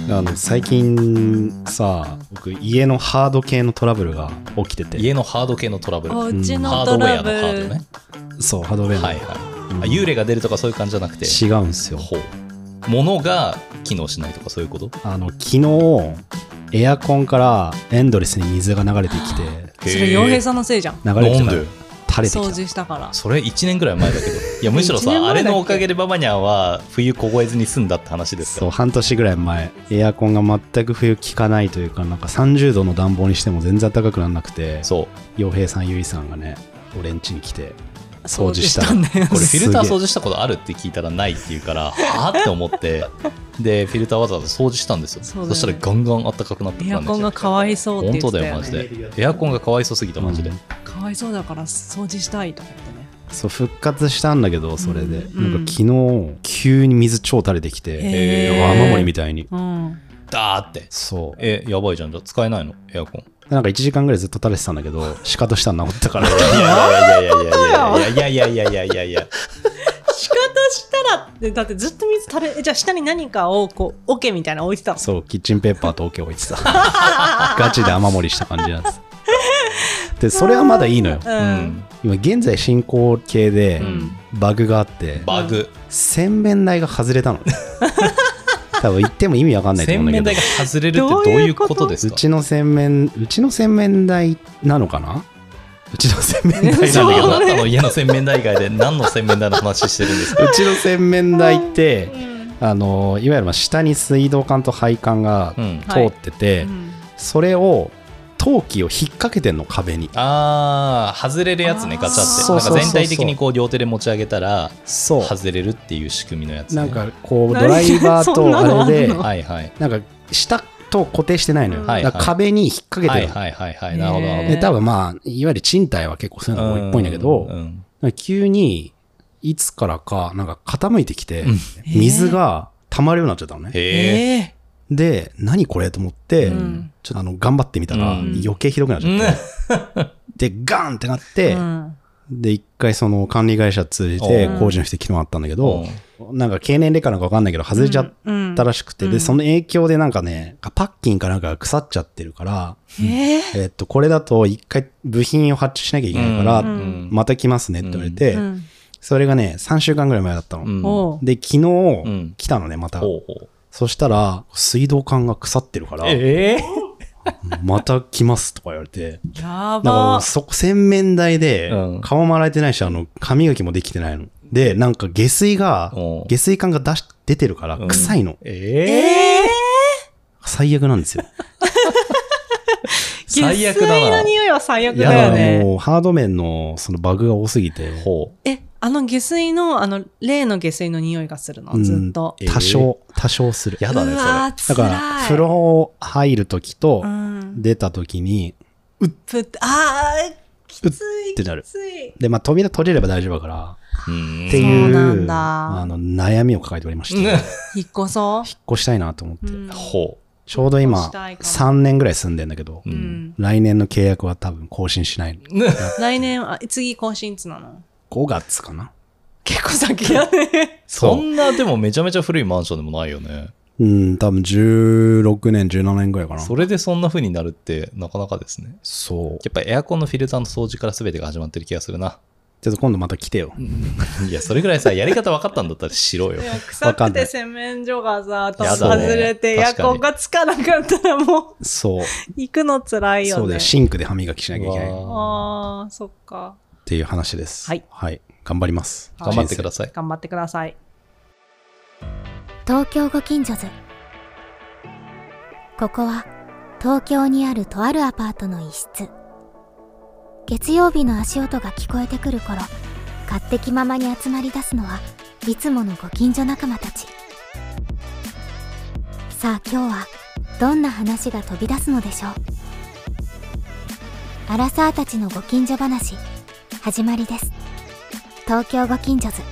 最近さ、僕家のハード系のトラブルが起きてて。 家のハード系のトラブル。 おうちのトラブル。 ハードウェアのハードね。 そう、ハードウェアの。 はいはい。幽霊が出るとかそういう感じじゃなくて。 違うんですよ。 物が機能しないとかそういうこと？ 昨日エアコンからエンドレスに水が流れてきて。 それ洋平さんのせいじゃん。 流れてきた。垂れてきた。 掃除したから。 それ1年ぐらい前だけど。いやむしろさ、あれのおかげでババニャンは冬凍えずに済んだって話ですから。 そう、半年ぐらい前。エアコンが全く冬効かないというか、なんか30度の暖房にしても全然暖かくならなくて、 そう。 洋平さん、ゆいさんがね、俺ん家に来て、掃除したんだよ。 これフィルター掃除したことあるって聞いたらないって言うからはぁって思って、でフィルターわざわざ掃除したんですよ。 そしたらガンガン暖かくなってたんで、 エアコンがかわいそうって言ってたよね。 本当だよマジで。エアコンがかわいそうすぎたマジで、 かわいそうだから掃除したいと思ってね。 そう復活したんだけど、それで、なんか昨日急に水超垂れてきて、雨漏りみたいに、 ダーって。 そうやばいじゃん。じゃあ使えないのエアコン。 なんか1時間ぐらいずっと垂れてたんだけど、シカとしたら治ったから。 いやいやいやいやいやいやいやいやいやいや。 シカとしたらってだってずっと水垂れ、じゃあ下に何かをこう桶みたいなの置いてたの？ そう、キッチンペーパーと桶置いてた。ガチで雨漏りした感じなんです。でそれはまだいいのよ。今現在進行形でバグがあって、 バグ。 洗面台が外れたの。多分言っても意味わかんないと思うんだけど。 洗面台が外れるってどういうことですか？ うちの洗面台なのかな？うちの洗面台なんだけど、 あなたの家の洗面台以外で何の洗面台の話してるんですか？ うちの洗面台っていわゆる下に水道管と配管が通ってて、それを陶器を引っ掛けてんの、壁に。 ああ、外れるやつね、ガチャって。なんか全体的にこう両手で持ち上げたら外れるっていう仕組みのやつね。 なんかこうドライバーとあれではいはい、 なんか下と固定してないのよ。だから壁に引っ掛けてる。 はいはいはい、なるほど。 で多分まあいわゆる賃貸は結構そういうの多いっぽいんだけど、急にいつからかなんか傾いてきて水が溜まるようになっちゃったのね。で何これと思って、ちょっと頑張ってみたら余計ひどくなっちゃって、でガーンってなって、で一回その管理会社通じて工事の人に来てもらったんだけど、なんか経年劣化なんか分かんないけど外れちゃったらしくて、でその影響でなんかねパッキンかなんかが腐っちゃってるから、これだと一回部品を発注しなきゃいけないから、また来ますねって言われて、それがね3週間ぐらい前だったの。で昨日来たのね、また。そしたら水道管が腐ってるから、また来ますとか言われて、なんか洗面台で顔も洗えてないし、歯磨きもできてないので、なんか下水管が出てるから臭いの。最悪なんですよ。 最悪だな。 下水の匂いは最悪だよね。 もうハード面のそのバグが多すぎて。 下水の例の下水の匂いがするの、ずっと。 多少する。 やだねそれ。 だから風呂入るときと出たときにきついってなる。で扉閉じれば大丈夫だからっていう悩みを抱えておりまして、 引っ越したいなと思って。ちょうど今3年ぐらい住んでんだけど、来年の契約は多分更新しないの。 来年次更新いつなの ？5月かな。 結構先やね。 そんなでもめちゃめちゃ古いマンションでもないよね。 多分16年17年ぐらいかな。 それでそんな風になるってなかなかですね。 そう。 やっぱりエアコンのフィルターの掃除から全てが始まってる気がするな。 ちょっと今度また来てよ。 いやそれぐらいさやり方分かったんだったらしろよ。 臭くて洗面所がさ外れてエアコンがつかなかったらもう行くのつらいよね。 そうでシンクで歯磨きしなきゃいけない。 ああそっか。 っていう話です。はい、頑張ります。 頑張ってください。 頑張ってください。 東京ご近所図。ここは東京にあるとあるアパートの一室。月曜日の足音が聞こえてくる頃、勝手気ままに集まり出すのはいつものご近所仲間たち。さあ今日はどんな話が飛び出すのでしょう。アラサーたちのご近所話始まりです。東京ご近所図。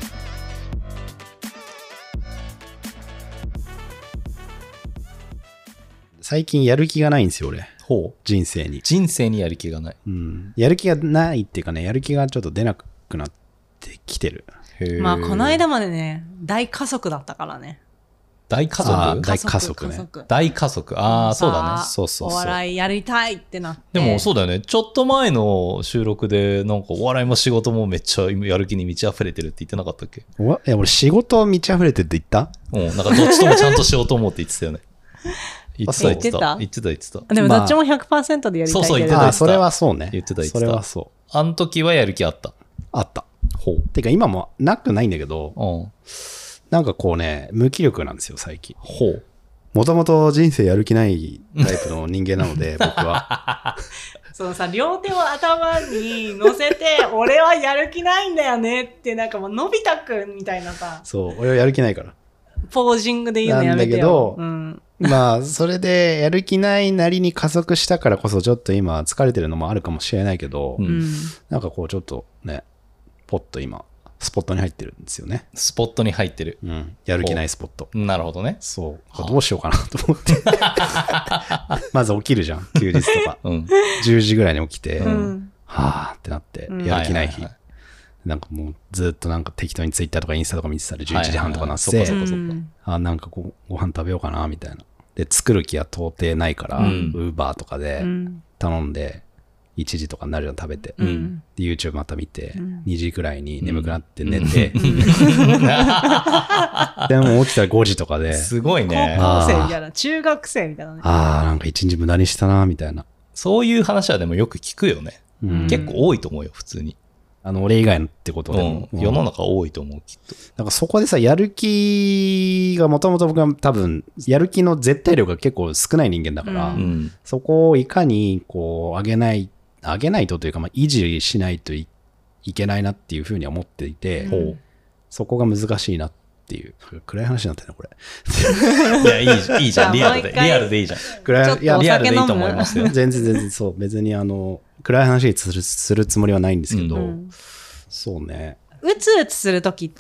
最近やる気がないんですよ俺。人生にやる気がない。 やる気がないっていうかね、やる気がちょっと出なくなってきてる。 まあこの間までね大加速だったからね。 大家族大家族ね。 大家族。ああ、そうだね。 そうそう。 お笑いやりたいってなって。 でもそうだよね。ちょっと前の収録で、なんかお笑いも仕事もめっちゃやる気に満ち溢れてるって言ってなかったっけ？ いや、俺仕事満ち溢れてるって言った？ なんかどっちともちゃんとしようと思うって言ってたよね。言ってた。 でもどっちも 100% でやりたいけど。 そう言ってた。 それはそうね。 言ってた。 それはそう。 あの時はやる気あった。 あった。ほう。てか今もなくないんだけど、なんかこうね、無気力なんですよ、最近。 ほう。 もともと人生やる気ないタイプの人間なので、僕は。 そのさ、両手を頭に乗せて、俺はやる気ないんだよねって、なんかもう、のび太くんみたいなさ。 そう、俺はやる気ないから。 ポージングで言うのやめてよ。 なんだけど、まあ、それでやる気ないなりに加速したからこそ、ちょっと今疲れてるのもあるかもしれないけど、なんかこうちょっとね、ポッと今、スポットに入ってるんですよね。 スポットに入ってる。 やる気ないスポット。 なるほどね。 そう。どうしようかなと思って。まず起きるじゃん、休日とか。10時ぐらいに起きて、はぁってなって、やる気ない日。なんかもうずっとなんか適当にツイッターとかインスタとか見てたら11時半とかなって、なんかご飯食べようかなみたいな。で、作る気は到底ないから、ウーバーとかで頼んで、1時とかになるじゃん、食べて。で、YouTube また見て、2時くらいに眠くなって寝て。でも起きたら5時とかで。 すごいね。 高校生みたいな、中学生みたいなね。 なんか1日無駄にしたな、みたいな。 そういう話はでもよく聞くよね。結構多いと思うよ、普通に。 俺以外のってことでも。 世の中多いと思う、きっと。 なんかそこでさ、やる気がもともと僕は多分、やる気の絶対量が結構少ない人間だから、そこをいかにこう、上げないとというか、まあ、維持しないといけないなっていうふうに思っていて、そこが難しいなっていう。暗い話になってるな、これ。 いや、いいじゃん。リアルでいいじゃん。 いや、 リアルでいいと思いますよ。 全然そう。別に暗い話にするつもりはないんですけど、そうね。 うつうつするときって、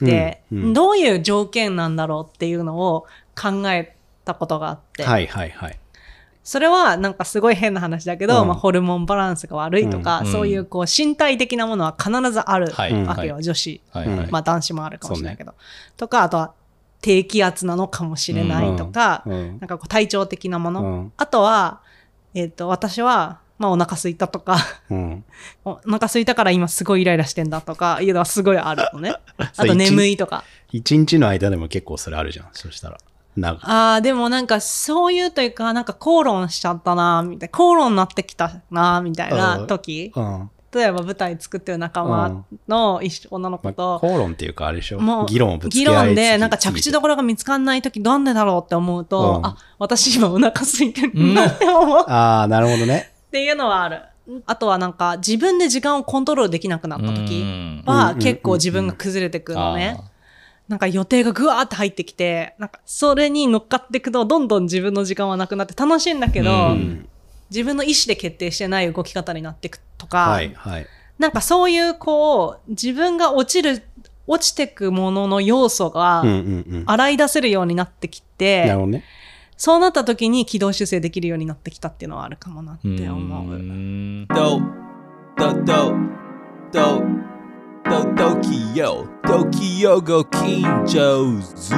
どういう条件なんだろうっていうのを考えたことがあって。 はいはいはい。 それはなんかすごい変な話だけど、まあ、ホルモンバランスが悪いとか、そういうこう身体的なものは必ずあるわけよ、女子。まあ男子もあるかもしれないけど。とか、あとは低気圧なのかもしれないとか、なんかこう体調的なもの。あとは、私は、まあお腹空いたとか、お腹空いたから今すごいイライラしてんだとか、いうのはすごいあるのね。あと眠いとか。 一日の間でも結構それあるじゃん、そしたら。 でもなんかそういうというか、なんか口論しちゃったな、みたいな。口論になってきたな、みたいな時。例えば舞台作ってる仲間の女の子と。 口論っていうかあれでしょ、議論をぶつけ合い議論でなんか着地どころが見つかんない時なんでだろうって思うと、私今お腹空いてるなって思う。 なるほどね。 っていうのはある。あとはなんか自分で時間をコントロールできなくなった時は結構自分が崩れてくるのね。なんか予定がぐわーって入ってきて、なんかそれに乗っかっていくとどんどん自分の時間はなくなって楽しいんだけど、自分の意思で決定してない動き方になっていくとか、なんかそういうこう自分が落ちてくものの要素が洗い出せるようになってきて、 なるほどね。 そうなった時に軌道修正できるようになってきたっていうのはあるかもなって思う。 ドキヨご近所ズ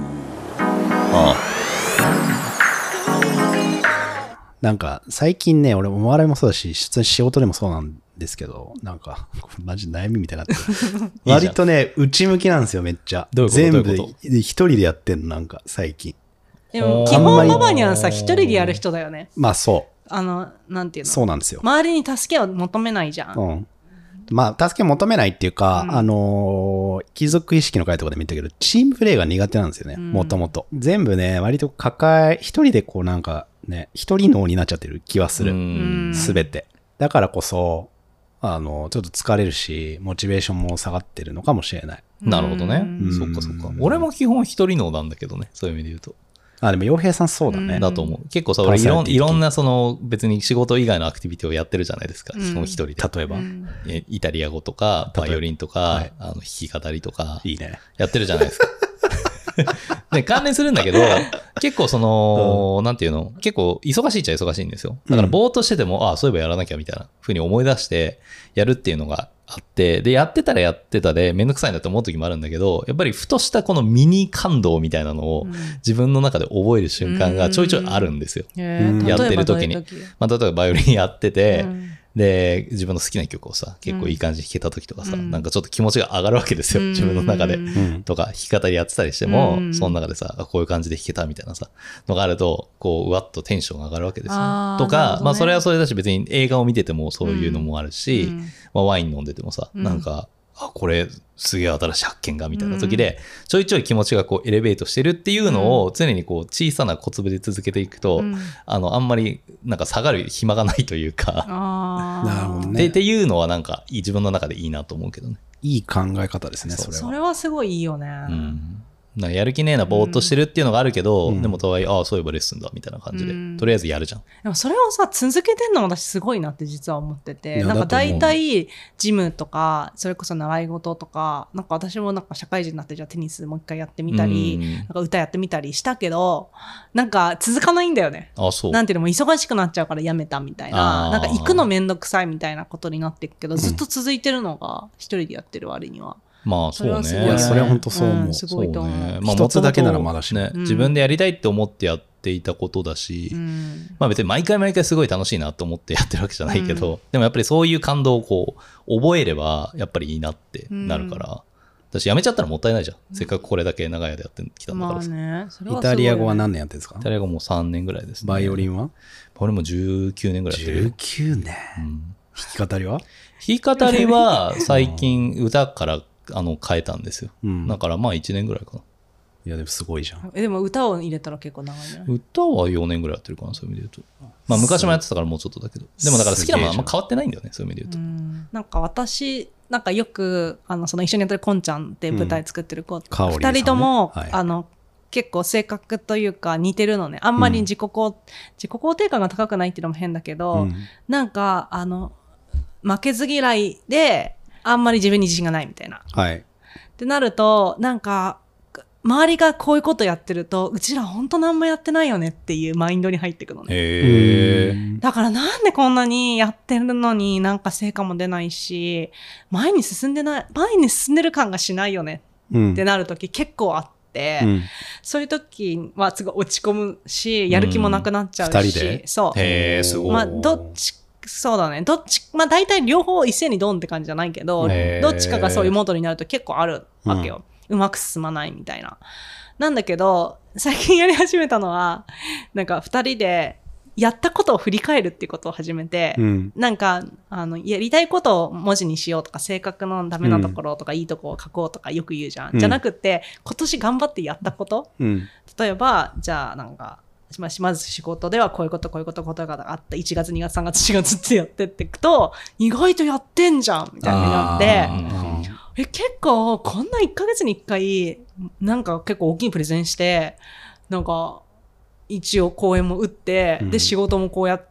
なんか最近ね、俺お笑いもそうだし、普通に仕事でもそうなんですけど、なんかマジ悩みみたいになってる。割とね、内向きなんですよ、めっちゃ。全部一人でやってんの、なんか最近。 でも基本ママにはさ、一人でやる人だよね。 まあそう。 なんていうの？ そうなんですよ。 周りに助けを求めないじゃん。 まあ、助けを求めないっていうか、貴族意識の会とかでも言ったけど、チームプレイが苦手なんですよね、もともと。全部ね、割と一人でこうなんかね、一人脳になっちゃってる気はする。すべて。だからこそ、ちょっと疲れるし、モチベーションも下がってるのかもしれない。 なるほどね。そっかそっか。俺も基本一人脳なんだけどね、そういう意味で言うと。 でも洋平さんそうだね。 だと思う。結構さ、俺いろんな別に仕事以外のアクティビティをやってるじゃないですか。基本一人で。 例えば、 イタリア語とか、バイオリンとか、弾き語りとか。 いいね。 やってるじゃないですか。で、関連するんだけど、結構なんていうの、結構忙しいっちゃ忙しいんですよ。だからぼーっとしてても、そういえばやらなきゃみたいな風に思い出してやるっていうのがあって、で、やってたらやってたでめんどくさいなって思う時もあるんだけど、やっぱりふとしたこのミニ感動みたいなのを自分の中で覚える瞬間がちょいちょいあるんですよ。やってる時に。まあ、例えばバイオリンやってて、で、自分の好きな曲をさ、結構いい感じに弾けた時とかさ、なんかちょっと気持ちが上がるわけですよ、自分の中で。とか、弾き語りやってたりしても、その中でさ、こういう感じで弾けたみたいなさ、のがあると、こう、うわっとテンションが上がるわけですよ。とか、まあ、それはそれだし、別に映画を見ててもそういうのもあるし、まあ、ワイン飲んでてもさ、なんか、これすげえ新しい発見がみたいな時で、ちょいちょい気持ちがこうエレベートしてるっていうのを常にこう小さな小粒で続けていくと、あんまりなんか下がる暇がないというか、 なるほどね。 っていうのはなんか自分の中でいいなと思うけどね。 いい考え方ですね、それは。 それはすごいいいよね。 なんかやる気ねえな、ぼーっとしてるっていうのがあるけど、でもとはいえ、そういえばレッスンだみたいな感じで、とりあえずやるじゃん。 でもそれをさ、続けてんのも私すごいなって実は思ってて、なんか大体ジムとか、それこそ習い事とか、なんか私もなんか社会人になってじゃあテニスもう一回やってみたり、なんか歌やってみたりしたけど、なんか続かないんだよね。 そう。 なんていうのも忙しくなっちゃうからやめたみたいな、なんか行くのめんどくさいみたいなことになっていくけど、ずっと続いてるのが一人でやってる割には。 まあそうね。 いや、それは本当そう思う。 すごいと思う。 まあ一つだけならまだしね、自分でやりたいって思ってやっていたことだし、まあ別に毎回毎回すごい楽しいなと思ってやってるわけじゃないけど、でもやっぱりそういう感動をこう覚えればやっぱりいいなってなるから、私やめちゃったらもったいないじゃん。せっかくこれだけ長い間やってきたんだからさ。 イタリア語は何年やってるんですか？ イタリア語もう3年ぐらいですね。 バイオリンは？ 俺も19年ぐらいやってる。 19年、弾き語りは？ 弾き語りは最近歌から変えたんですよ。だからまあ1年ぐらいかな。 いやでもすごいじゃん。 でも歌を入れたら結構長いね。 歌は4年ぐらいやってるかな、そういう意味で言うと。まあ昔もやってたからもうちょっとだけど。でもだから好きなものあんま変わってないんだよね、そういう意味で言うと。 なんか私、なんかよく、その一緒にやってるこんちゃんって舞台作ってる子、二人とも、結構性格というか似てるのね。あんまり自己肯定感が高くないっていうのも変だけど、なんか、負けず嫌いで、あんまり自分に自信がないみたいな。 はい。 ってなると、なんか、周りがこういうことやってると、うちら本当何もやってないよねっていうマインドに入ってくのね。だからなんでこんなにやってるのになんか成果も出ないし、前に進んでる感がしないよねってなるとき結構あって、そういうときはすごい落ち込むし、やる気もなくなっちゃうし。 二人で？ そう。 すごい。 まあ、そうだね。まあ大体両方一斉にドンって感じじゃないけど、どっちかがそういうモードになると結構あるわけよ。うまく進まないみたいな。なんだけど、最近やり始めたのは、なんか二人でやったことを振り返るっていうことを始めて、なんか、やりたいことを文字にしようとか、性格のダメなところとか、いいところを書こうとかよく言うじゃん。じゃなくて、今年頑張ってやったこと、例えば、じゃあなんか、まず仕事ではこういうことがあった。1月、2月、3月、4月ってやってっていくと、意外とやってんじゃんみたいになって、結構こんな1ヶ月に1回、なんか結構大きいプレゼンして、なんか一応講演も打って、で仕事もこうやって、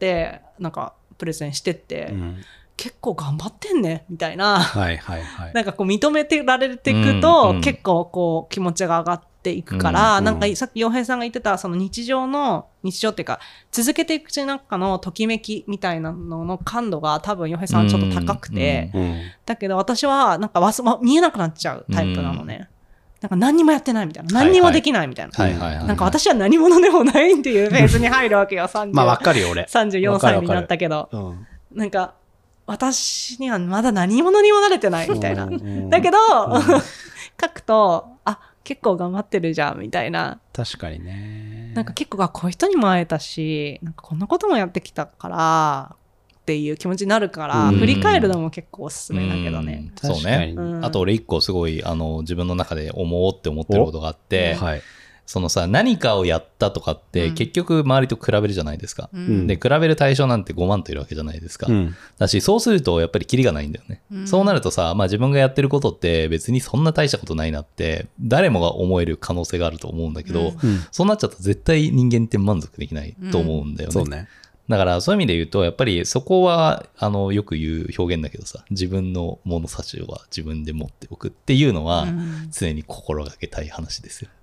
なんかプレゼンしてって、結構頑張ってんねみたいな、なんかこう認めてられていくと、結構こう気持ちが上がっていくから、なんかさっき洋平さんが言ってたその日常っていうか続けていく中のときめきみたいなのの感度が多分洋平さんはちょっと高くて、だけど私はなんか見えなくなっちゃうタイプなのね。なんか何にもやってないみたいな、何にもできないみたいな、なんか私は何者でもないっていうフェーズに入るわけよ。 まあわかるよ俺。 34歳になったけど、なんか私にはまだ何者にもなれてないみたいな。だけど、書くと、結構頑張ってるじゃんみたいな。 確かにね。 なんか結構こういう人にも会えたし、なんかこんなこともやってきたからっていう気持ちになるから、振り返るのも結構おすすめだけどね。 そうね。あと俺一個すごい自分の中で思ってることがあって、そのさ、何かをやったとかって結局周りと比べるじゃないですか。で、比べる対象なんて5万といるわけじゃないですか。だし、そうするとやっぱりキリがないんだよね。そうなるとさ、まあ自分がやってることって別にそんな大したことないなって誰もが思える可能性があると思うんだけど、そうなっちゃうと絶対人間って満足できないと思うんだよね。 そうね。 だからそういう意味で言うと、やっぱりそこはよく言う表現だけどさ、自分の物差しは自分で持っておくっていうのは常に心がけたい話ですよ。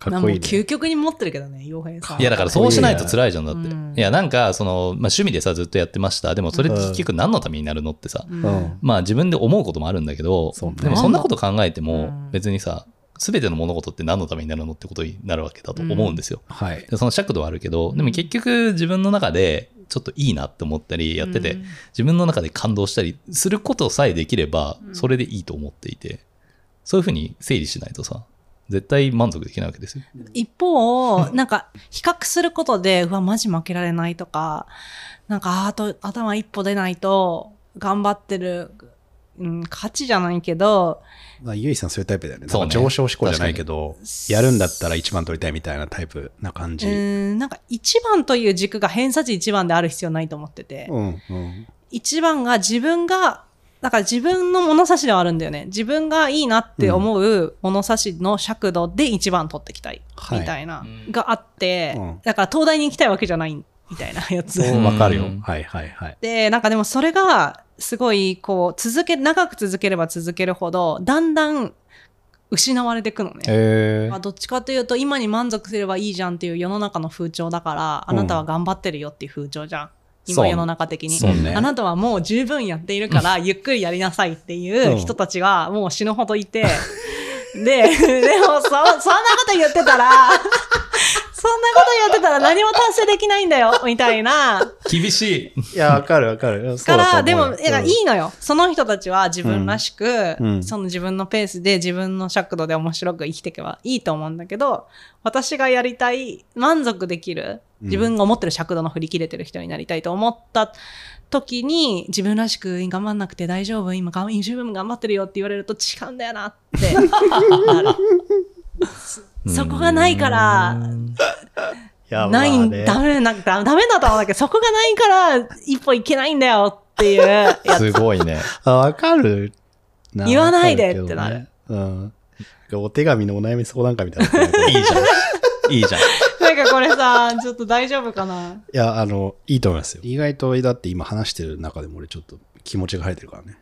かっこいいね。 究極に持ってるけどね、洋平さん。 いやだからそうしないと辛いじゃんだって。いやなんかその、趣味でさずっとやってました。でもそれって結局何のためになるのってさ、自分で思うこともあるんだけど、でもそんなこと考えても別にさ、全ての物事って何のためになるのってことになるわけだと思うんですよ。はい。その尺度はあるけど、でも結局自分の中でちょっといいなって思ったりやってて、自分の中で感動したりすることさえできれば、それでいいと思っていて、そういうふうに整理しないとさ、絶対満足できないわけですよ。 一方、なんか比較することで、うわ、マジ負けられないとか、なんか頭一歩出ないと頑張ってる、価値じゃないけど、 ゆいさんそういうタイプだよね。なんか上昇志向じゃないけど、やるんだったら一番取りたいみたいなタイプな感じ。 なんか一番という軸が偏差値一番である必要ないと思ってて、一番がだから自分の物差しではあるんだよね。自分がいいなって思う物差しの尺度で一番取っていきたいみたいな、があって、だから東大に行きたいわけじゃないみたいなやつ。 わかるよ。はいはいはい。 で、なんかでもそれがすごいこう長く続ければ続けるほどだんだん失われていくのね。どっちかというと今に満足すればいいじゃんっていう世の中の風潮だから、あなたは頑張ってるよっていう風潮じゃん。今世の中的に、ね、あなたはもう十分やっているからゆっくりやりなさいっていう人たちがもう死ぬほどいて、でもそんなこと言ってたら何も達成できないんだよみたいな。 厳しい。 いや、わかる。 からでもいいのよ。その人たちは自分らしく、その自分のペースで自分の尺度で面白く生きていけばいいと思うんだけど、私がやりたい満足できる自分が思ってる尺度の振り切れてる人になりたいと思った時に、自分らしく頑張んなくて大丈夫、今十分頑張ってるよって言われると違うんだよなってなる。そこがないからダメだと思うんだけど、そこがないから一歩いけないんだよっていうやつ。 すごいね。 わかるな。言わないでってなる。 お手紙のお悩み相談会みたいな。 いいじゃん。 なんかこれさ、ちょっと大丈夫かな。 いや、いいと思いますよ。意外とだって今話してる中でも俺ちょっと気持ちが晴れてるからね。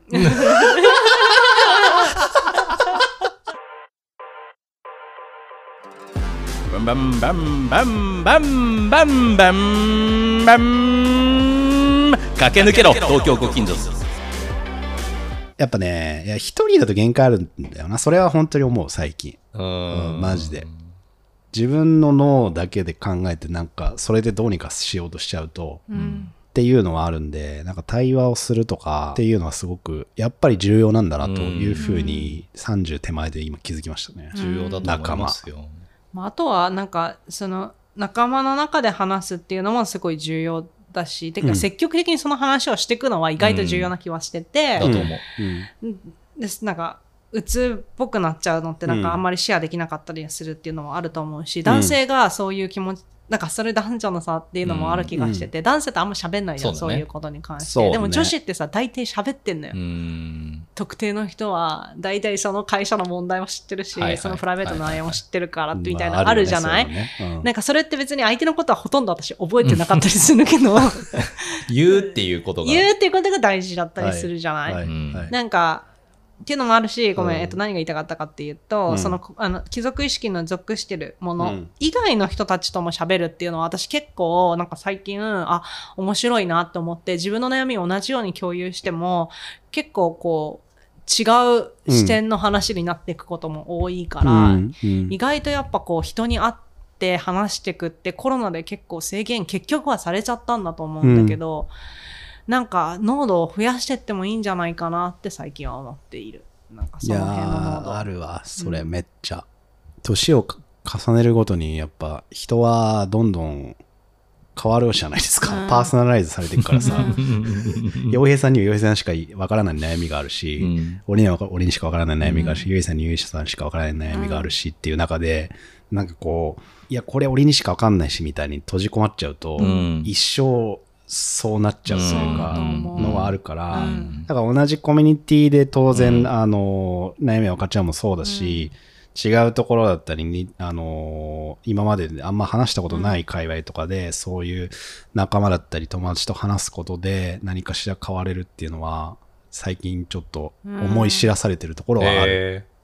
バンバンバンバンバンバンバン駆け抜けろ東京ご近所。 やっぱね、一人だと限界あるんだよな。それは本当に思う最近。マジで。自分の脳だけで考えてなんかそれでどうにかしようとしちゃうと、っていうのはあるんで、なんか対話をするとかっていうのはすごくやっぱり重要なんだなというふうに30手前で今気づきましたね。 重要だと思いますよ。 あとはなんかその仲間の中で話すっていうのもすごい重要だし、てか積極的にその話をしていくのは意外と重要な気はしてて、 だと思う。 なんか鬱っぽくなっちゃうのってなんかあんまりシェアできなかったりするっていうのもあると思うし、男性がそういう気持ち、なんかそれ男女の差っていうのもある気がしてて、男性ってあんま喋んないじゃん、そういうことに関して。でも女子ってさ、大体喋ってんのよ。特定の人は大体その会社の問題も知ってるし、そのプライベートの内容も知ってるからみたいなのあるじゃない？なんかそれって別に相手のことはほとんど私覚えてなかったりするけど言うっていうことが大事だったりするじゃない？なんかっていうのもあるし、ごめん、何が言いたかったかっていうと、その貴族意識の属してるもの以外の人たちとも喋るっていうのは私結構なんか最近面白いなって思って、自分の悩みを同じように共有しても結構こう違う視点の話になっていくことも多いから、意外とやっぱこう人に会って話していくってコロナで結構制限結局はされちゃったんだと思うんだけど、なんか濃度を増やしてってもいいんじゃないかなって最近は思っている。なんかその辺の濃度。 あるわ、それめっちゃ。年を重ねるごとにやっぱ人はどんどん変わるじゃないですか。パーソナライズされていくからさ。洋平さんには洋平さんしかわからない悩みがあるし、俺には俺にしかわからない悩みがあるし、洋平さんに洋平さんしかわからない悩みがあるしっていう中で、なんかこう、いやこれ俺にしかわかんないしみたいに閉じ込まっちゃうと、一生そうなっちゃうというかのはあるから、だから同じコミュニティで当然、悩みを分かっちゃうもそうだし、違うところだったりに、今まであんま話したことない界隈とかで、そういう仲間だったり友達と話すことで何かしら変われるっていうのは最近ちょっと思い知らされてるところはある。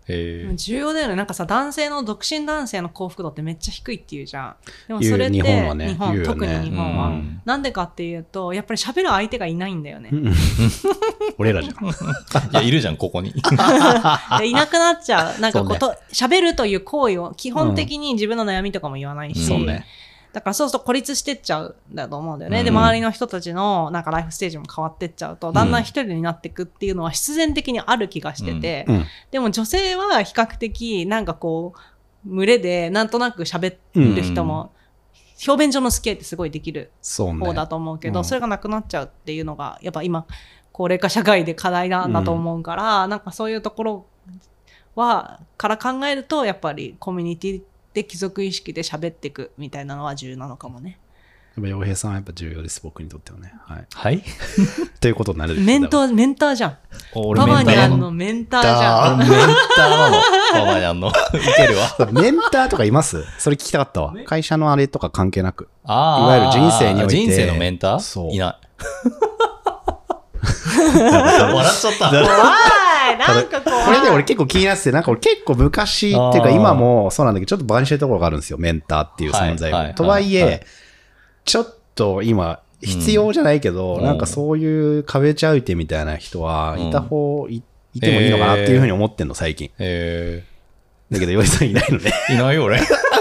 重要だよね。なんかさ、独身男性の幸福度ってめっちゃ低いっていうじゃん。でもそれって、日本はね、特に日本は、なんでかっていうと、やっぱり喋る相手がいないんだよね。 俺らじゃん。 いや、いるじゃん、ここに。 いなくなっちゃう。なんか喋るという行為を、基本的に自分の悩みとかも言わないし。 そうね。 だからそうすると孤立してっちゃうんだと思うんだよね。で、周りの人たちのなんかライフステージも変わってっちゃうと、だんだん一人になっていくっていうのは必然的にある気がしてて、でも女性は比較的なんかこう、群れでなんとなく喋る人も、表面上のスケーってすごいできる方だと思うけど、それがなくなっちゃうっていうのが、やっぱ今、高齢化社会で課題なんだと思うから、なんかそういうところから考えると、やっぱりコミュニティで貴族意識で喋っていくみたいなのは重要なのかもね。 やっぱ洋平さんはやっぱ重要です、僕にとってはね。はい。 はいということになる。 メンターじゃん。パパニャンのメンターじゃん。 メンターなの。パパニャンの。受けるわ。 メンターとかいます？それ聞きたかったわ。会社のあれとか関係なく。いわゆる人生において。 人生のメンター？ そう。 いない。笑っちゃった。 怖い。なんかこれで俺結構気になってて、なんか俺結構昔っていうか今もそうなんだけど、ちょっとバカにしてるところがあるんですよ。メンターっていう存在を。とはいえ、ちょっと今必要じゃないけど、なんかそういう壁打ち相手みたいな人はいてもいいのかなっていうふうに思ってんの、最近。だけど、ヨイさんいないのね。 いないよ、俺。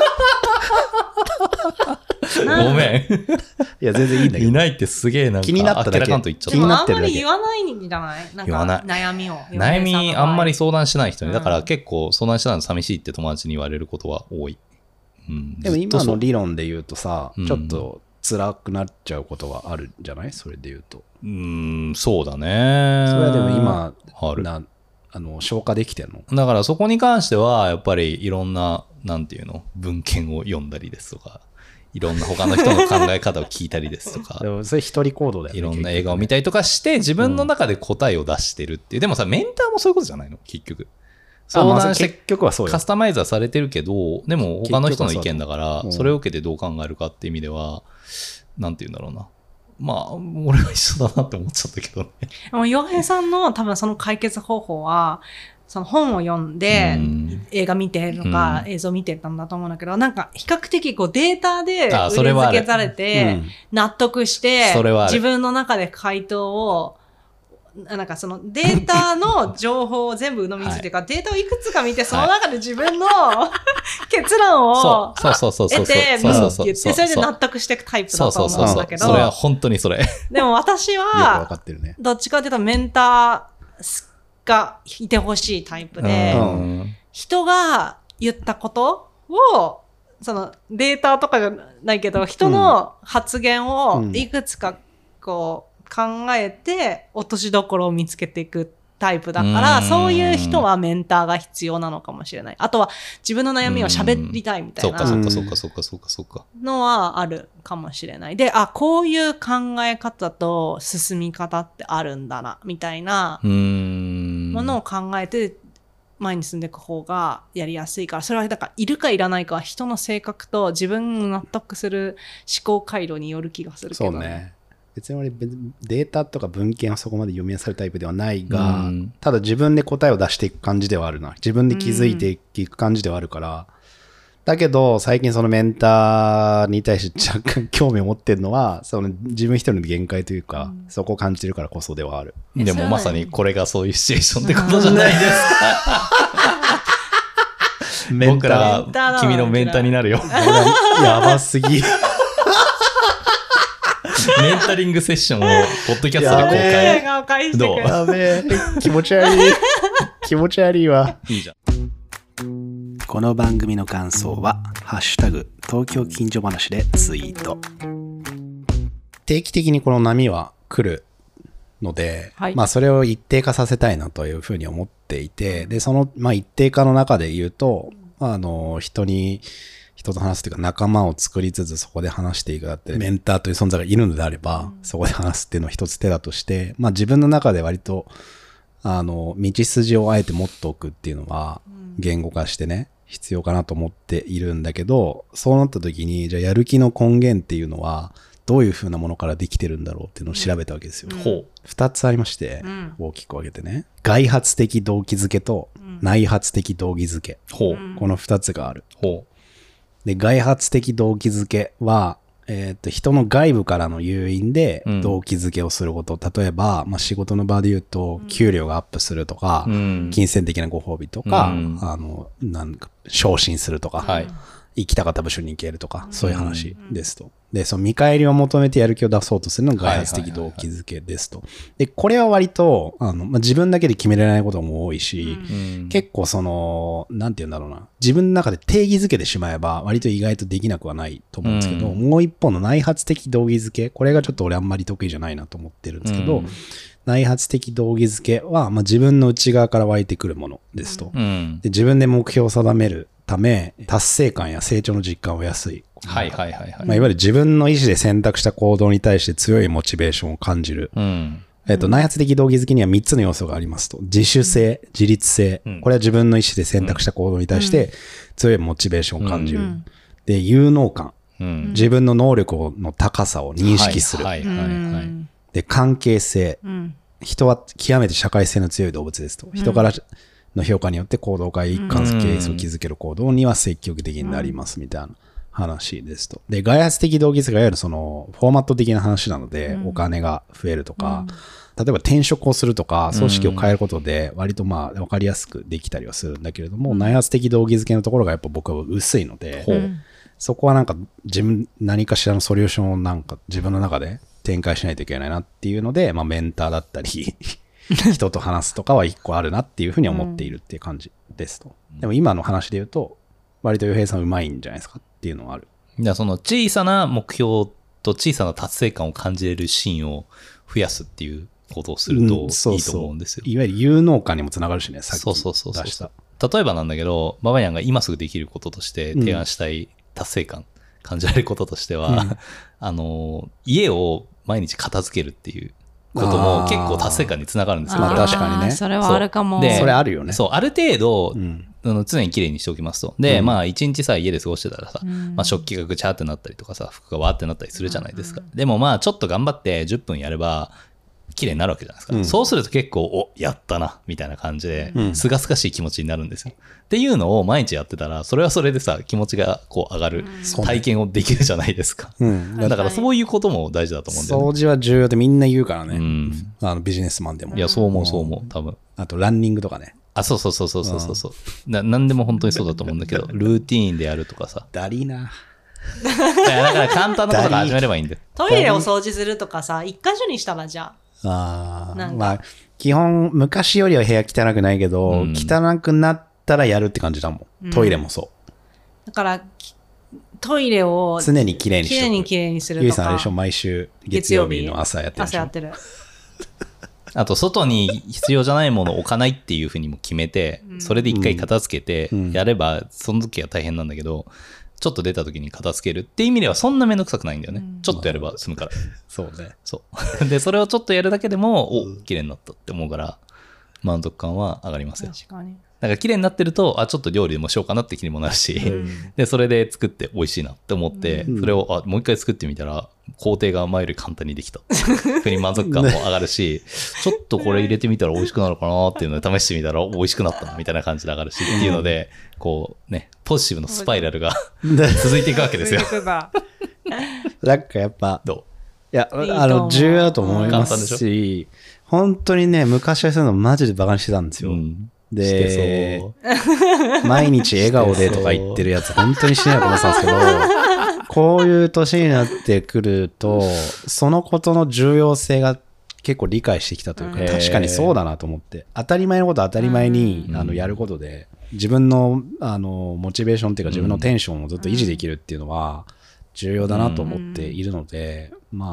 ごめん。 いや、全然いいんだけど。 いないってすげえなんか、 気になっただけ。 かんと言っちゃった。 でもあんまり言わないんじゃない？なんか悩みを。 悩みあんまり相談しない人に。だから結構相談しないの寂しいって友達に言われることは多い。 でも今の理論で言うとさ、ちょっと辛くなっちゃうことはあるんじゃない？それで言うと。 そうだね。 それはでも今、消化できてんの？ だからそこに関しては、やっぱりいろんな、なんていうの、文献を読んだりですとか、いろんな他の人の考え方を聞いたりですとか。 でもそれ一人行動だよね。 いろんな映画を見たりとかして、自分の中で答えを出してるっていう。でもさ、メンターもそういうことじゃないの？結局。相談して結局はそうよ。 カスタマイズはされてるけど、でも他の人の意見だから、それを受けてどう考えるかっていう意味では、なんて言うんだろうな。まあ、俺は一緒だなって思っちゃったけどね。 洋平さんの多分その解決方法は、その本を読んで、映画見てとか、映像見てたんだと思うんだけど、なんか比較的こうデータで裏付けされて、納得して、自分の中で回答を、なんかそのデータの情報を全部鵜呑みにするというか、データをいくつか見て、その中で自分の結論を得て、言って、それで納得していくタイプだと思うんだけど、 それは本当にそれ。 でも私は、どっちかというとメンターがいてほしいタイプで、人が言ったことを、そのデータとかじゃないけど、人の発言をいくつかこう、考えて落としどころを見つけていくタイプだから、そういう人はメンターが必要なのかもしれない。あとは自分の悩みを喋りたいみたいなのはあるかもしれない。で、こういう考え方と進み方ってあるんだなみたいなものを考えて前に進んでいく方がやりやすいから、それはだからいるかいらないかは人の性格と自分の納得する思考回路による気がするけどね。 そうね。別に俺データとか文献はそこまで読み漁るタイプではないが、ただ自分で答えを出していく感じではあるな。自分で気づいていく感じではあるから。だけど最近そのメンターに対して若干興味を持ってるのは、その自分一人の限界というか、そこを感じてるからこそではある。 でもまさにこれがそういうシチュエーションってことじゃないですか。僕ら君のメンターになるよ。 やばすぎ。 メンタリングセッションをポッドキャストで公開。 どう？ やべえ。気持ち悪い。気持ち悪いわ。 いいじゃん。この番組の感想はハッシュタグ東京近所話でツイート。定期的にこの波は来るので、まあそれを一定化させたいなというふうに思っていて、でそのまあ一定化の中で言うと、人と話すというか仲間を作りつつそこで話していくだってメンターという存在がいるのであれば、そこで話すっていうのは一つ手だとして、まあ自分の中で割と道筋をあえて持っておくっていうのは言語化してね必要かなと思っているんだけど、そうなった時にじゃあやる気の根源っていうのはどういう風なものからできてるんだろうっていうのを調べたわけですよ。2つありまして、大きく分けてね、外発的動機づけと内発的動機づけ。この2つがある。で、外発的動機づけは、人の外部からの誘引で動機づけをすること。例えば、仕事の場で言うと、給料がアップするとか、金銭的なご褒美とか、なんか昇進するとか、行きたかった部署に行けるとか、そういう話ですと。で、その見返りを求めてやる気を出そうとするのが外発的動機づけですと。で、これは割と、自分だけで決められないことも多いし、結構なんて言うんだろうな。自分の中で定義づけてしまえば、割と意外とできなくはないと思うんですけど、もう一方の内発的動機づけ、これがちょっと俺あんまり得意じゃないなと思ってるんですけど、内発的動機づけは、自分の内側から湧いてくるものですと。で、自分で目標を定めるため、達成感や成長の実感を安い。いわゆる自分の意思で選択した行動に対して強いモチベーションを感じる。内発的動機づけには3つの要素がありますと。自主性、自律性。これは自分の意思で選択した行動に対して強いモチベーションを感じる。で、有能感。自分の能力の高さを認識する。で、関係性。人は極めて社会性の強い動物ですと。人からの評価によって行動を変え、一貫性を築ける行動には積極的になりますみたいな話ですと。で、外発的動機づけがいわゆるフォーマット的な話なので、お金が増えるとか、例えば転職をするとか、組織を変えることで、割とわかりやすくできたりはするんだけれども、内発的動機づけのところがやっぱ僕は薄いので、そこはなんか何かしらのソリューションをなんか自分の中で展開しないといけないなっていうので、メンターだったり、人と話すとかは一個あるなっていうふうに思っているっていう感じですと。でも今の話で言うと、割と洋平さんうまいんじゃないですかっていうのはある。 その小さな目標と小さな達成感を感じれるシーンを増やすっていうことをするといいと思うんですよ。 いわゆる有能感にもつながるしね、さっき出した。例えばなんだけど、ババヤンが今すぐできることとして提案したい達成感、感じられることとしては、家を毎日片付けるっていうことも結構達成感につながるんですよ。 確かにね。 それはあるかも。 で、それあるよね。 そう、ある程度、常に綺麗にしておきますと。で、一日さ、家で過ごしてたらさ、食器がぐちゃってなったりとかさ、服がわーってなったりするじゃないですか。でもちょっと頑張って10分やれば、綺麗になるわけじゃないですか。そうすると結構、やったな、みたいな感じで、すがすがしい気持ちになるんですよ。っていうのを毎日やってたら、それはそれでさ、気持ちがこう上がる体験をできるじゃないですか。だからそういうことも大事だと思うんだよね。 掃除は重要ってみんな言うからね。ビジネスマンでも。 いや、そう思う、多分。 あと、ランニングとかね。 そう。なんでも本当にそうだと思うんだけど、ルーティーンでやるとかさ。 だりーな。 だから簡単なことから始めればいいんだよ。 トイレを掃除するとかさ、一箇所にしたらじゃあ。基本、昔よりは部屋汚くないけど、汚くなったらやるって感じだもん。トイレもそう。 だから、トイレを常に綺麗にしとく。 綺麗にするとか。 ゆいさんあれでしょ、毎週月曜日の朝やってるでしょ。 朝やってる。 あと、外に必要じゃないものを置かないっていうふうにも決めて、それで一回片付けてやれば、その時は大変なんだけど、ちょっと出た時に片付けるっていう意味ではそんなめんどくさくないんだよね。ちょっとやれば済むから。 そうね。 そう。で、それをちょっとやるだけでも、綺麗になったって思うから、満足感は上がりますよ。 確かに。 だから綺麗になってると、ちょっと料理もしようかなって気にもなるし、で、それで作って美味しいなって思って、それをもう一回作ってみたら、工程が前より簡単にできた。ふうに満足感も上がるし、ちょっとこれ入れてみたら美味しくなるかなっていうので試してみたら美味しくなったなみたいな感じで上がるしっていうので、こうね、ポジティブのスパイラルが続いていくわけですよ。 なんかやっぱ、いや、重要だと思いますし、本当にね、昔はそういうのマジでバカにしてたんですよ。で、毎日笑顔でとか言ってるやつ本当にしないと思ってたんですけど、こういう年になってくると、そのことの重要性が結構理解してきたというか、確かにそうだなと思って、当たり前のこと当たり前にやることで、自分のモチベーションっていうか自分のテンションをずっと維持できるっていうのは重要だなと思っているので、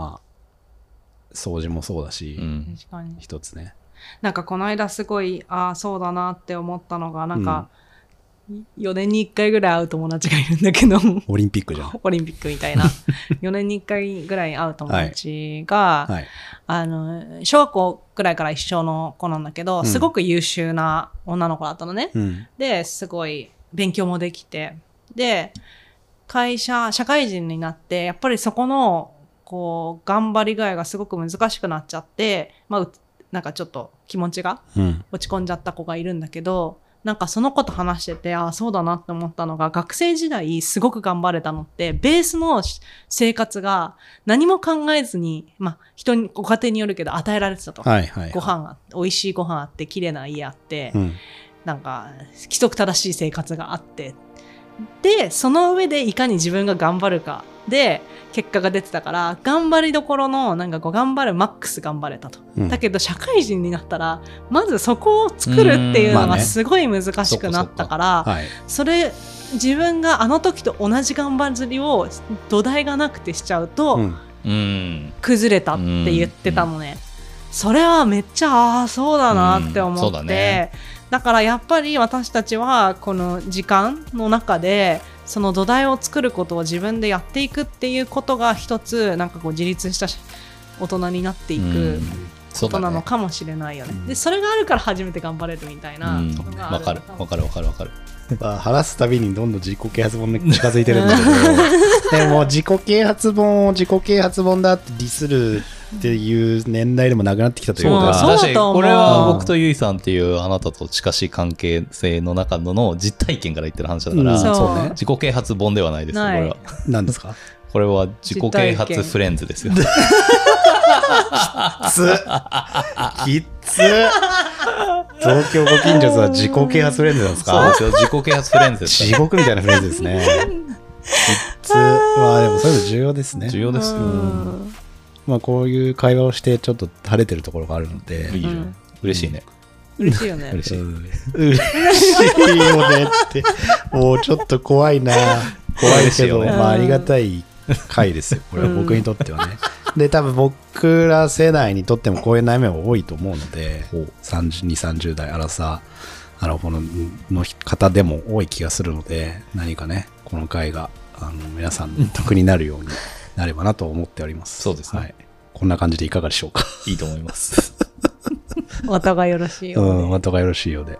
掃除もそうだし、一つね。 なんかこの間すごい、そうだなって思ったのが、なんか、4年に1回ぐらい会う友達がいるんだけど、 オリンピックじゃん。 オリンピックみたいな。4年に1回ぐらい会う友達が、小学校ぐらいから一緒の子なんだけど、すごく優秀な女の子だったのね。で、すごい勉強もできて、で、社会人になって、やっぱりそこの、頑張り具合がすごく難しくなっちゃって、なんかちょっと気持ちが落ち込んじゃった子がいるんだけど、 なんかそのこと話してて、そうだなって思ったのが、学生時代すごく頑張れたのって、ベースの生活が何も考えずに、人に、ご家庭によるけど与えられてたと。 はいはいはい、 ご飯が、美味しいご飯あって、綺麗な家あって、なんか、規則正しい生活があって、で、その上でいかに自分が頑張るかで結果が出てたから、頑張りどころのなんか頑張るマックス頑張れたと、だけど社会人になったらまずそこを作るっていうのがすごい難しくなったから、それ自分があの時と同じ頑張りを土台がなくてしちゃうと、崩れたって言ってたのね。それはめっちゃそうだなって思って、だからやっぱり私たちはこの時間の中でその土台を作ることを自分でやっていくっていうことが一つなんか自立した大人になっていくことなのかもしれないよね。でそれがあるから初めて頑張れるみたいなことがある。 わかる。 話すたびにどんどん自己啓発本に近づいてるんだけどでも自己啓発本を自己啓発本だってディスるっていう年代でもなくなってきたというか、 そうだと思う。 これは僕とゆいさんっていうあなたと近しい関係性の中の実体験から言ってる話だから、 そうね、 自己啓発本ではないですよ。これは何ですか？ これは自己啓発フレンズですよ。 きつ東京ご近所は自己啓発フレンズなんですか？ そうですよ、自己啓発フレンズです。 地獄みたいなフレンズですね。きつ。まあでもそういうの重要ですね。 重要ですよ。 まあこういう会話をしてちょっと晴れてるところがあるので、 いいじゃん。嬉しいね。 嬉しいよね。 嬉しいよねってもうちょっと怖いな。怖いけど、まあありがたい回ですよ。これは僕にとってはね。で多分僕ら世代にとってもこういう悩みは多いと思うので、32、30代アラサーの方でも多い気がするので、何かねこの回が皆さんの得になるようになればなと思っております。 そうですね。はい、 こんな感じでいかがでしょうか？ いいと思います。 お後がよろしいようで。 お後がよろしいようで。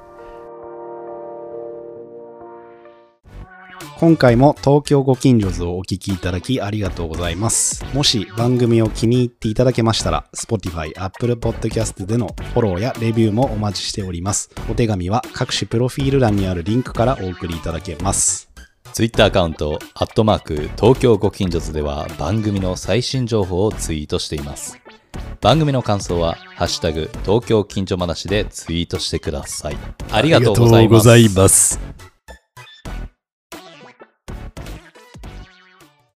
今回も東京ご近所図をお聞きいただきありがとうございます。もし番組を気に入っていただけましたら、Spotify、Apple Podcast でのフォローやレビューもお待ちしております。お手紙は各種プロフィール欄にあるリンクからお送りいただけます。 Twitter アカウント東京ご近所図では番組の最新情報をツイートしています。番組の感想はハッシュタグ東京近所話でツイートしてください。ありがとうございます。